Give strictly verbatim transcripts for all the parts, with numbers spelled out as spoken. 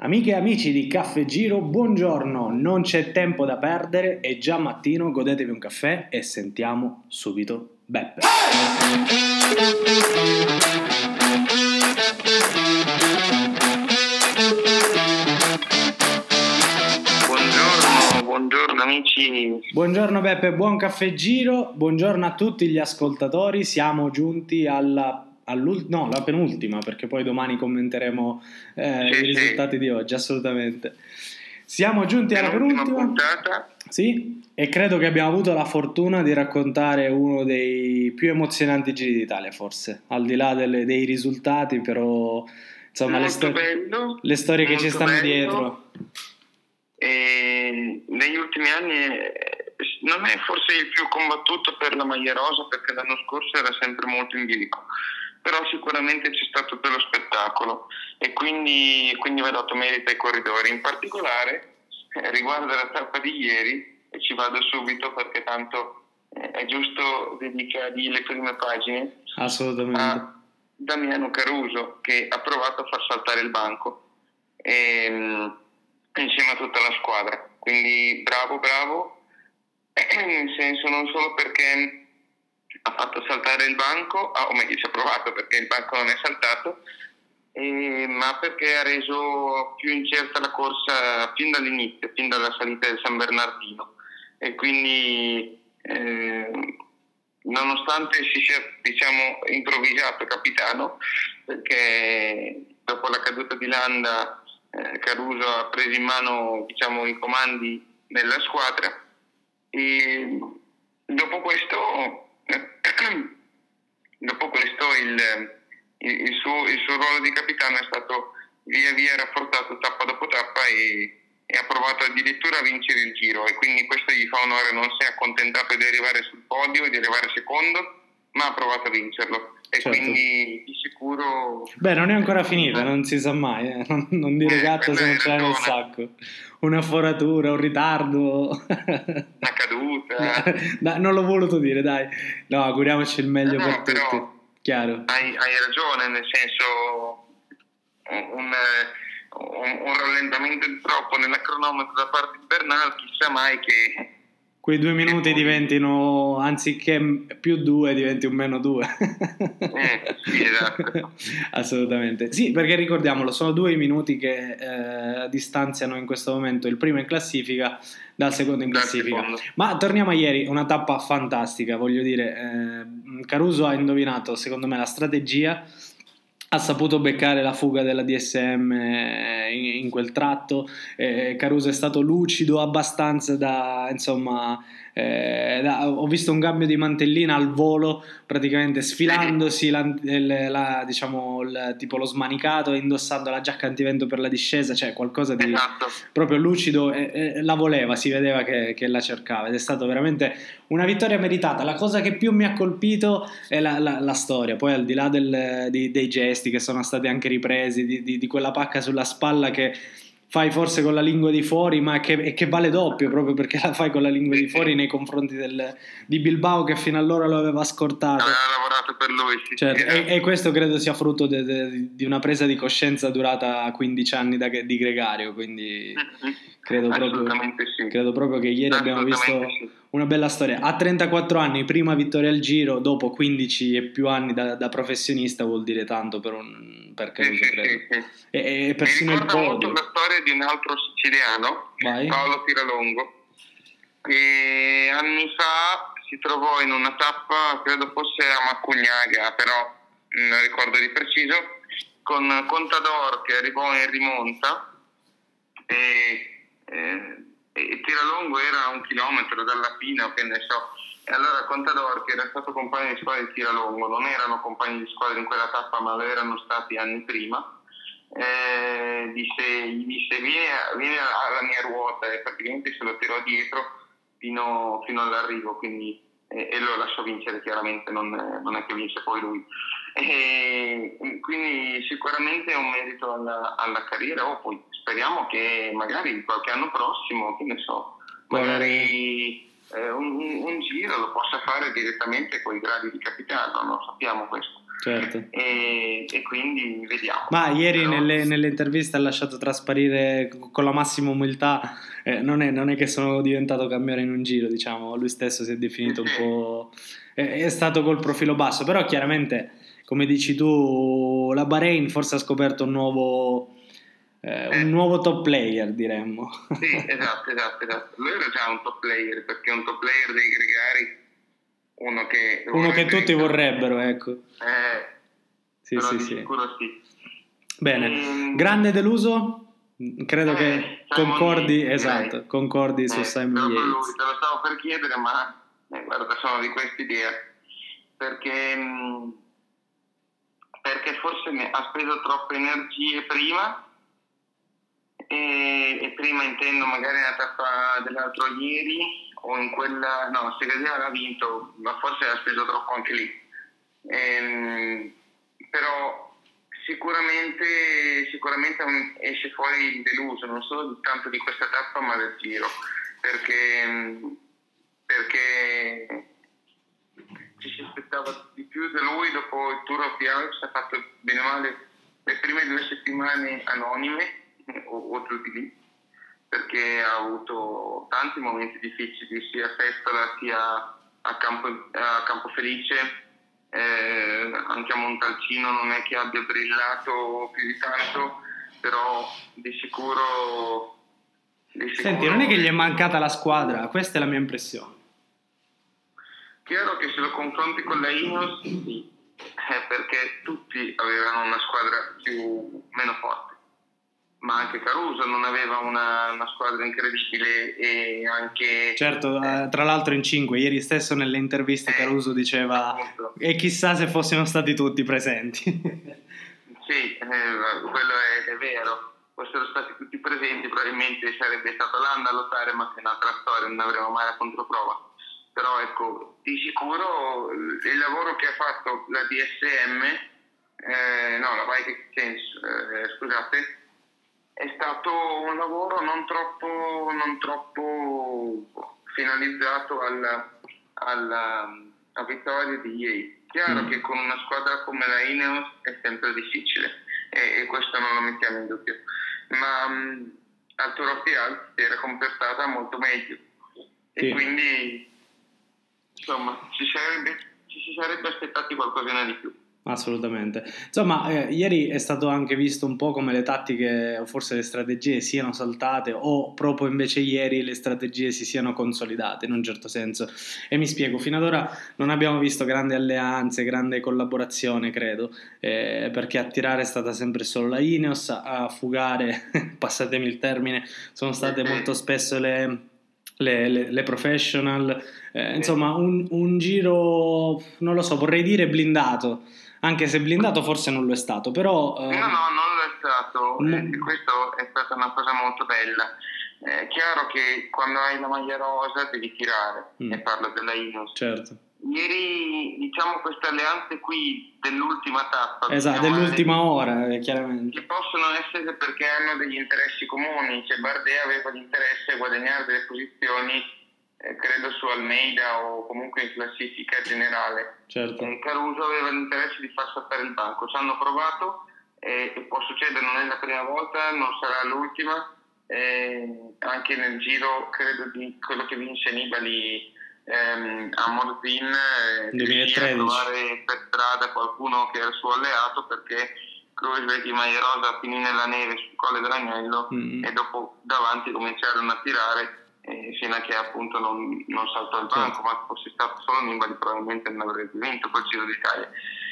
Amiche e amici di Caffè Giro, buongiorno, non c'è tempo da perdere, è già mattino, godetevi un caffè e sentiamo subito Beppe. Buongiorno, buongiorno amici. Buongiorno Beppe, buon Caffè Giro, buongiorno a tutti gli ascoltatori, siamo giunti alla... no, la penultima, perché poi domani commenteremo eh, sì, i risultati sì. di oggi, assolutamente. Siamo giunti alla Penultima penultima puntata. Sì, e credo che abbiamo avuto la fortuna di raccontare uno dei più emozionanti giri d'Italia, forse, al di là delle, dei risultati, però insomma le, Molto stor- bello, le storie che ci molto stanno bello. dietro. E negli ultimi anni eh, non è forse il più combattuto per la maglia rosa, perché l'anno scorso era sempre molto in bilico, però sicuramente c'è stato dello spettacolo e quindi, quindi va dato merito ai corridori. In particolare eh, riguardo la tappa di ieri, e ci vado subito perché tanto eh, è giusto dedicargli le prime pagine. Assolutamente. A Damiano Caruso, che ha provato a far saltare il banco e, insieme a tutta la squadra, quindi bravo bravo nel senso non solo perché ha fatto saltare il banco, o meglio ci ha provato perché il banco non è saltato, eh, ma perché ha reso più incerta la corsa fin dall'inizio, fin dalla salita del San Bernardino, e quindi eh, nonostante si sia, diciamo, improvvisato capitano, perché dopo la caduta di Landa eh, Caruso ha preso in mano, diciamo, i comandi della squadra, e dopo questo dopo questo il, il, il, suo, il suo ruolo di capitano è stato via via rafforzato tappa dopo tappa e, e ha provato addirittura a vincere il giro, e quindi questo gli fa onore. Non si è accontentato di arrivare sul podio, di arrivare secondo, ma ha provato a vincerlo, e certo. Quindi di sicuro... Beh, non è ancora finita, non si sa mai, eh. non, non dire eh, gatto se non ce l'hai nel sacco. Una foratura, un ritardo, una caduta. no, non l'ho voluto dire, dai. No, auguriamoci il meglio no, per però tutti. Chiaro. Hai, hai ragione, nel senso un, un, un rallentamento di troppo nella cronometro da parte di Bernal, chissà mai che quei due minuti poi diventino, anziché più due, diventi un meno due. eh, sì, esatto. Assolutamente. Sì, perché ricordiamolo, sono due i minuti che eh, distanziano in questo momento il primo in classifica dal secondo in classifica. Secondo. Ma torniamo a ieri, una tappa fantastica, voglio dire. Eh, Caruso ha indovinato, secondo me, la strategia, ha saputo beccare la fuga della D S M in, in quel tratto. eh, Caruso è stato lucido abbastanza da, insomma, eh, da, ho visto un cambio di mantellina al volo, praticamente sfilandosi la, la, la, diciamo, il, tipo lo smanicato e indossando la giacca antivento per la discesa, cioè qualcosa di esatto. proprio lucido, e, e la voleva, si vedeva che, che la cercava, ed è stato veramente una vittoria meritata. La cosa che più mi ha colpito è la, la, la storia, poi al di là del, di, dei gesti che sono stati anche ripresi, di, di, di quella pacca sulla spalla che fai forse con la lingua di fuori, ma che, e che vale doppio proprio perché la fai con la lingua di fuori nei confronti del, di Bilbao, che fino allora lo aveva scortato. Aveva lavorato per lui, sì, certo, sì, e, e questo credo sia frutto de, de, di una presa di coscienza durata quindici anni da, di Gregario, quindi credo proprio, sì. credo proprio che ieri abbiamo visto sì. una bella storia. A trentaquattro anni, prima vittoria al Giro dopo quindici e più anni da, da professionista, vuol dire tanto per un per Caruso, sì, credo. Sì, sì. E, e persino mi il ricorda podio. molto la storia di un altro siciliano, Vai. Paolo Tiralongo, che anni fa si trovò in una tappa, credo fosse a Macugnaga, però non ricordo di preciso, con Contador che arrivò in rimonta e, e, e Tiralongo era a un chilometro dalla fine, o che ne so. E allora Contador, che era stato compagno di squadra di Tiralongo, non erano compagni di squadra in quella tappa, ma lo erano stati anni prima, eh, disse, gli disse vieni, vieni alla mia ruota, e praticamente se lo tirò dietro fino, fino all'arrivo, quindi, eh, e lo lasciò vincere. Chiaramente non, non è che vince poi lui, e quindi sicuramente è un merito alla, alla carriera. O poi speriamo che magari qualche anno prossimo, che ne so, magari eh, un, un giro lo possa fare direttamente con i gradi di capitano, non sappiamo questo. Certo. E, e quindi vediamo. Ma ieri Però... nelle, nelle interviste ha lasciato trasparire con la massima umiltà, eh, non, è, non è che sono diventato campione in un giro, diciamo, lui stesso si è definito sì, un po'... È, è stato col profilo basso, però chiaramente, come dici tu, la Bahrain forse ha scoperto un nuovo, eh, un nuovo top player, diremmo. Sì, esatto, esatto, esatto. Lui era già un top player, perché un top player dei gregari, uno che... Uno che tutti vorrebbero, ecco. Eh, sì, però sì, di sì. sicuro sì. Bene, ehm... grande deluso? Credo eh, che Simon concordi, Yates, esatto, direi. concordi eh, su Simon Yates. Yates. Te lo stavo per chiedere, ma eh, guarda, sono di questa idea, perché, mh, perché forse ne ha speso troppe energie prima, e, e prima intendo magari nella tappa dell'altro ieri, o in quella, no, Segasia l'ha vinto, ma forse ha speso troppo anche lì. Ehm, però sicuramente sicuramente esce fuori deluso non solo tanto di questa tappa ma del giro, perché perché ci si aspettava di più da lui. Dopo il Tour of the Alps ha fatto bene o male le prime due settimane anonime o, o giù di lì, perché ha avuto tanti momenti difficili sia a Festola sia a Campo, a Campofelice. Eh, anche a Montalcino non è che abbia brillato più di tanto, però di sicuro, di sicuro Senti, non è che gli è mancata la squadra, questa è la mia impressione. Chiaro che se lo confronti con la Ineos sì, eh, perché tutti avevano una squadra più meno forte, ma anche Caruso non aveva una, una squadra incredibile, e anche certo, eh, tra l'altro in cinque, ieri stesso nelle interviste eh, Caruso diceva appunto. E chissà se fossimo stati tutti presenti. Sì, eh, quello è, è vero, fossero stati tutti presenti probabilmente sarebbe stato Landa a lottare, ma che è un'altra storia, non avremo mai la controprova. Però ecco, di sicuro il lavoro che ha fatto la D S M, eh, no, la Bike Exchange, eh, scusate, è stato un lavoro non troppo, non troppo finalizzato alla, alla, alla vittoria di Yates. Chiaro mm. che con una squadra come la Ineos è sempre difficile, e, e questo non lo mettiamo in dubbio, ma um, al Tour of the Alps si era comportata molto meglio, sì. E quindi insomma ci, sarebbe, ci si sarebbe aspettati qualcosina di più. Assolutamente. Insomma, eh, ieri è stato anche visto un po' come le tattiche o forse le strategie siano saltate, o proprio invece ieri le strategie si siano consolidate in un certo senso. E mi spiego, fino ad ora non abbiamo visto grandi alleanze, grande collaborazione, credo, eh, perché a tirare è stata sempre solo la Ineos, a fugare, passatemi il termine, sono state molto spesso le... Le, le, le professional, eh, insomma un, un giro, non lo so, vorrei dire blindato, anche se blindato forse non lo è stato, però... Eh... No, no, non lo è stato, mm. e questo è stata una cosa molto bella. È chiaro che quando hai la maglia rosa devi tirare, mm. e parlo della Ineos. Certo. Ieri, diciamo, queste alleanze qui dell'ultima tappa, esatto, diciamo, dell'ultima ora, eh, chiaramente, che possono essere perché hanno degli interessi comuni. Cioè Bardet aveva l'interesse a guadagnare delle posizioni, eh, credo su Almeida o comunque in classifica generale. Certo. Eh, Caruso aveva l'interesse di far saltare il banco. Ci hanno provato, eh, e può succedere, non è la prima volta, non sarà l'ultima. Eh, anche nel giro, credo, di quello che vinse Nibali ehm, a Morzin, eh, riuscì a trovare per strada qualcuno che era il suo alleato, perché Kruijswijk di maglia rosa finì nella neve sul Colle dell'Agnello, mm-hmm. e dopo davanti cominciarono a tirare, eh, fino a che appunto non, non saltò il banco, certo. Ma fosse stato solo Nibali probabilmente non avrebbe vinto quel Giro d'Italia,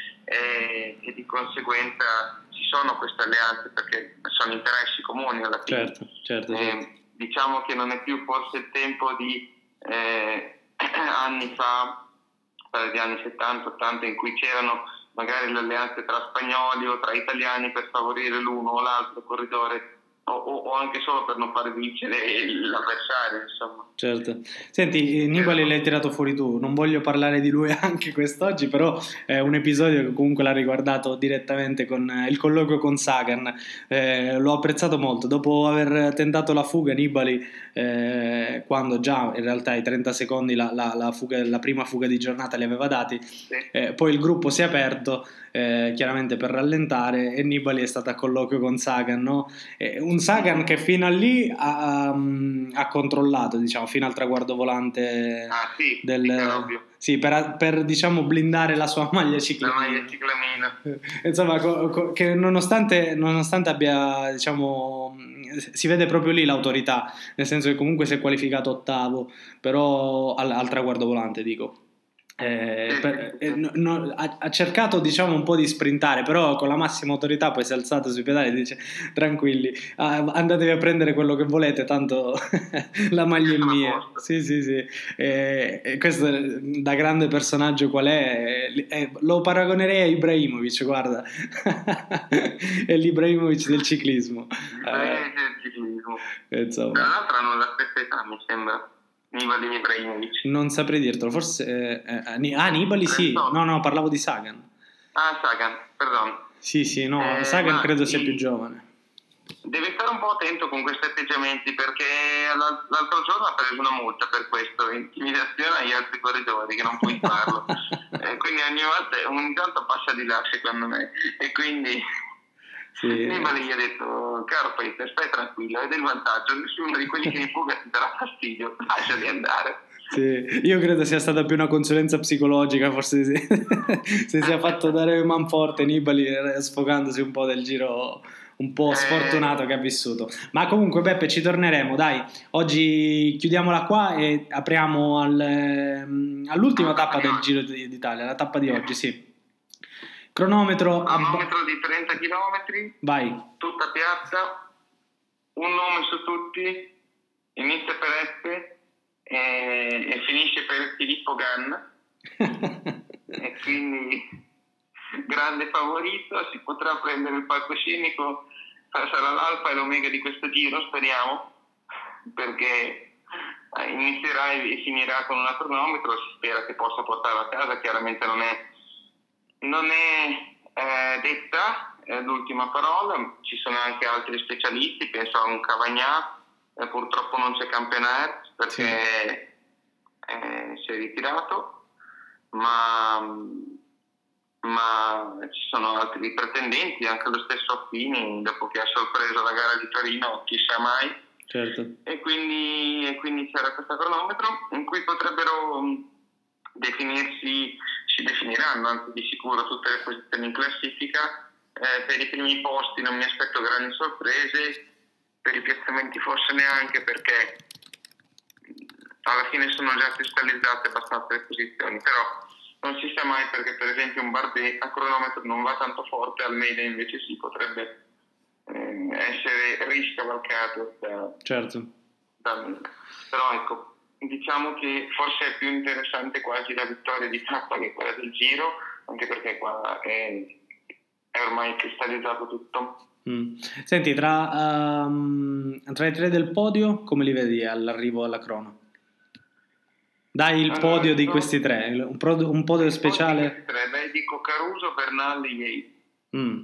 e, e di conseguenza ci sono queste alleanze perché sono interessi comuni alla fine. Certo, certo, certo. Eh, diciamo che non è più forse il tempo di eh, anni fa, dagli anni settanta ottanta, in cui c'erano magari le alleanze tra spagnoli o tra italiani per favorire l'uno o l'altro corridore, o, o anche solo per non far vincere l'avversario, insomma. Certo. Senti, Nibali l'hai tirato fuori tu, non voglio parlare di lui anche quest'oggi, però è un episodio che comunque l'ha riguardato direttamente con il colloquio con Sagan, eh, l'ho apprezzato molto. Dopo aver tentato la fuga, Nibali, eh, quando già in realtà i trenta secondi la, la, la, fuga, la prima fuga di giornata li aveva dati, eh, poi il gruppo si è aperto eh, chiaramente per rallentare, e Nibali è stato a colloquio con Sagan, no? Eh, un Sagan che fino a lì ha, um, ha controllato, diciamo, fino al traguardo volante ah, sì, del... sì, sì, per, per diciamo blindare la sua maglia ciclamina. La maglia ciclamina. Insomma, co- co- che nonostante, nonostante abbia, diciamo, si vede proprio lì l'autorità, nel senso che comunque si è qualificato ottavo, però al, al traguardo volante, dico. Eh, per, eh, no, no, ha, ha cercato, diciamo, un po' di sprintare, però con la massima autorità poi si è alzato sui pedali e dice: tranquilli, ah, andatevi a prendere quello che volete, tanto la maglia è mia. Sì, sì, sì. Eh, e questo da grande personaggio qual è? Eh, lo paragonerei a Ibrahimovic, guarda. È l'Ibrahimovic del ciclismo. L'Ibrahimovic del ciclismo. Insomma. Tra l'altro hanno la stessa età, mi sembra. Nibali e Ibrahimovic. Non saprei dirtelo, forse... Eh, eh, ah, Nibali sì. No, no, parlavo di Sagan. Ah, Sagan, perdono. Sì, sì, no, eh, Sagan credo sia sì, più giovane. Deve stare un po' attento con questi atteggiamenti, perché l'altro giorno ha preso una multa per questo, intimidazione agli altri corridori, che non puoi farlo. eh, quindi ogni volta, ogni tanto passa di là, secondo me. E quindi... Sì. Nibali gli ha detto: caro Peter, stai tranquillo, hai del vantaggio, nessuno di quelli che in fuga ti darà fastidio, lasciali andare. Sì, io credo sia stata più una consulenza psicologica, forse se, se si è fatto dare man forte Nibali, sfogandosi un po' del giro un po' sfortunato eh... che ha vissuto. Ma comunque Beppe, ci torneremo, dai, oggi chiudiamola qua e apriamo al, all'ultima ah, tappa del Giro d'Italia, la tappa di oggi, sì. Cronometro, Cronometro ab- di trenta chilometri, vai. Tutta piatta, un nome su tutti, inizia per Eppe e, e finisce per Filippo Ganna. E quindi grande favorito, si potrà prendere il palcoscenico, sarà l'alfa e l'omega di questo giro, speriamo, perché inizierà e finirà con una cronometro, si spera che possa portarla a casa, chiaramente non è Non è eh, detta eh, l'ultima parola, ci sono anche altri specialisti, penso a un Cavagnà, eh, purtroppo non c'è Campenaert perché sì. eh, si è ritirato, ma, ma ci sono altri pretendenti, anche lo stesso Affini, dopo che ha sorpreso la gara di Torino, chissà mai. Certo. E quindi, e quindi c'era questo cronometro in cui potrebbero definirsi, si definiranno anche di sicuro tutte le posizioni in classifica. Eh, per i primi posti non mi aspetto grandi sorprese, per i piazzamenti forse neanche, perché alla fine sono già cristallizzate abbastanza le posizioni, però non si sa mai, perché per esempio un Bardet a cronometro non va tanto forte, Almeida invece si potrebbe eh, essere riscavalcato da, certo. da, però ecco, diciamo che forse è più interessante quasi la vittoria di tappa che quella del Giro, anche perché qua è, è ormai cristallizzato tutto. Mm. Senti, tra, um, tra i tre del podio, come li vedi all'arrivo alla crono? Dai il allora, podio di questi tre, un, pro, un podio speciale. Tre, beh, dico Caruso, Bernal e Yates. Mm.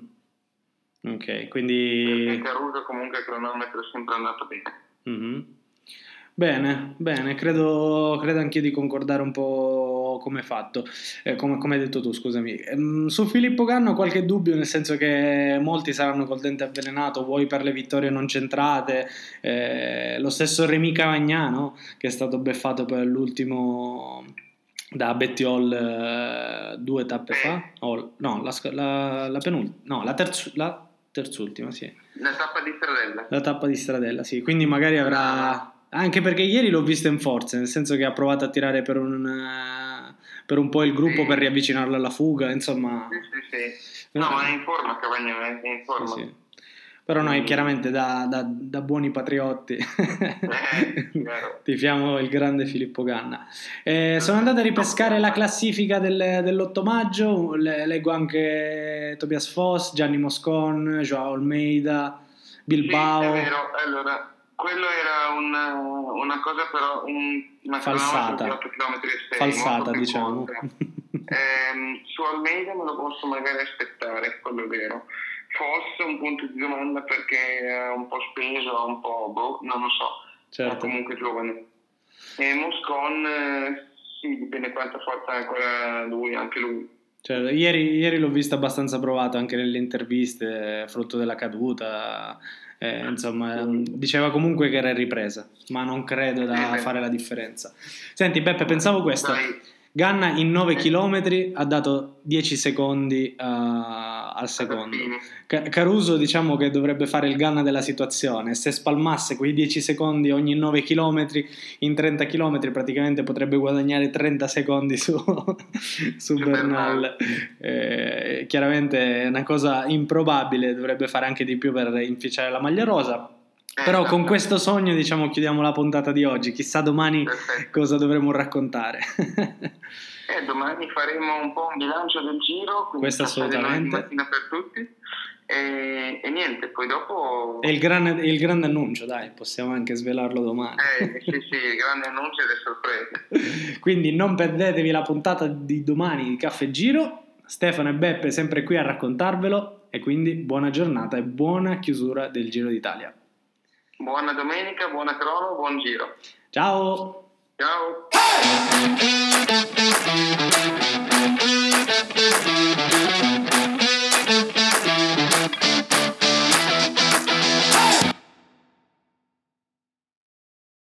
Ok, quindi... Perché Caruso comunque il cronometro è sempre andato bene. Mm-hmm. Bene, bene, credo, credo anch'io di concordare un po' come fatto, eh, come, come hai detto tu, scusami. Ehm, su Filippo Ganna ho qualche dubbio, nel senso che molti saranno col dente avvelenato, vuoi per le vittorie non centrate, eh, lo stesso Rémi Cavagna, no? Che è stato beffato per l'ultimo da Bettiol eh, due tappe fa, oh, no, la, la, la penultima, no, la, terzo, la terzultima, sì. La tappa di Stradella. La tappa di Stradella, sì, quindi magari avrà... Anche perché ieri l'ho visto in forza, nel senso che ha provato a tirare per un, per un po' il gruppo, sì, per riavvicinarlo alla fuga, insomma. Sì, sì, sì. No, no, ma è in forma Cavagna, è in forma. Sì, sì. Però noi chiaramente da, da, da buoni patriotti eh, tifiamo il grande Filippo Ganna. Eh, sono andato a ripescare la classifica del, dell'otto maggio, le, leggo anche Tobias Foss, Gianni Moscon, Joao Almeida, Bilbao. Sì, è vero, allora... Quello era una, una cosa però un, una falsata, di otto chilometri estremi, falsata diciamo. eh, su Almeida me lo posso magari aspettare, quello è vero. Fosse un punto di domanda perché è un po' speso, un po' boh, non lo so, certo. È comunque giovane. E Moscon, eh, sì, dipende quanto forza ha ancora lui, anche lui. Cioè, ieri, ieri l'ho visto abbastanza provato anche nelle interviste, frutto della caduta, eh, insomma, diceva comunque che era in ripresa, ma non credo da Eh, fare la differenza. Senti Beppe, pensavo questo, dai, Ganna in nove chilometri ha dato dieci secondi uh, al secondo. Ca- Caruso diciamo che dovrebbe fare il Ganna della situazione, se spalmasse quei dieci secondi ogni nove chilometri, in trenta chilometri praticamente potrebbe guadagnare trenta secondi su, su Bernal. Eh, chiaramente è una cosa improbabile, dovrebbe fare anche di più per inficiare la maglia rosa. Però con questo sogno, diciamo, chiudiamo la puntata di oggi. Chissà domani Perfetto. Cosa dovremo raccontare. eh, domani faremo un po' un bilancio del giro, questo assolutamente. Mattina per tutti. E, e niente, poi dopo... È il grande, il grande annuncio, dai, possiamo anche svelarlo domani. Eh, sì, sì, il grande annuncio e le sorprese. Quindi non perdetevi la puntata di domani di Caffè Giro. Stefano e Beppe sempre qui a raccontarvelo. E quindi buona giornata e buona chiusura del Giro d'Italia. Buona domenica, buona crono, buon giro. Ciao. Ciao.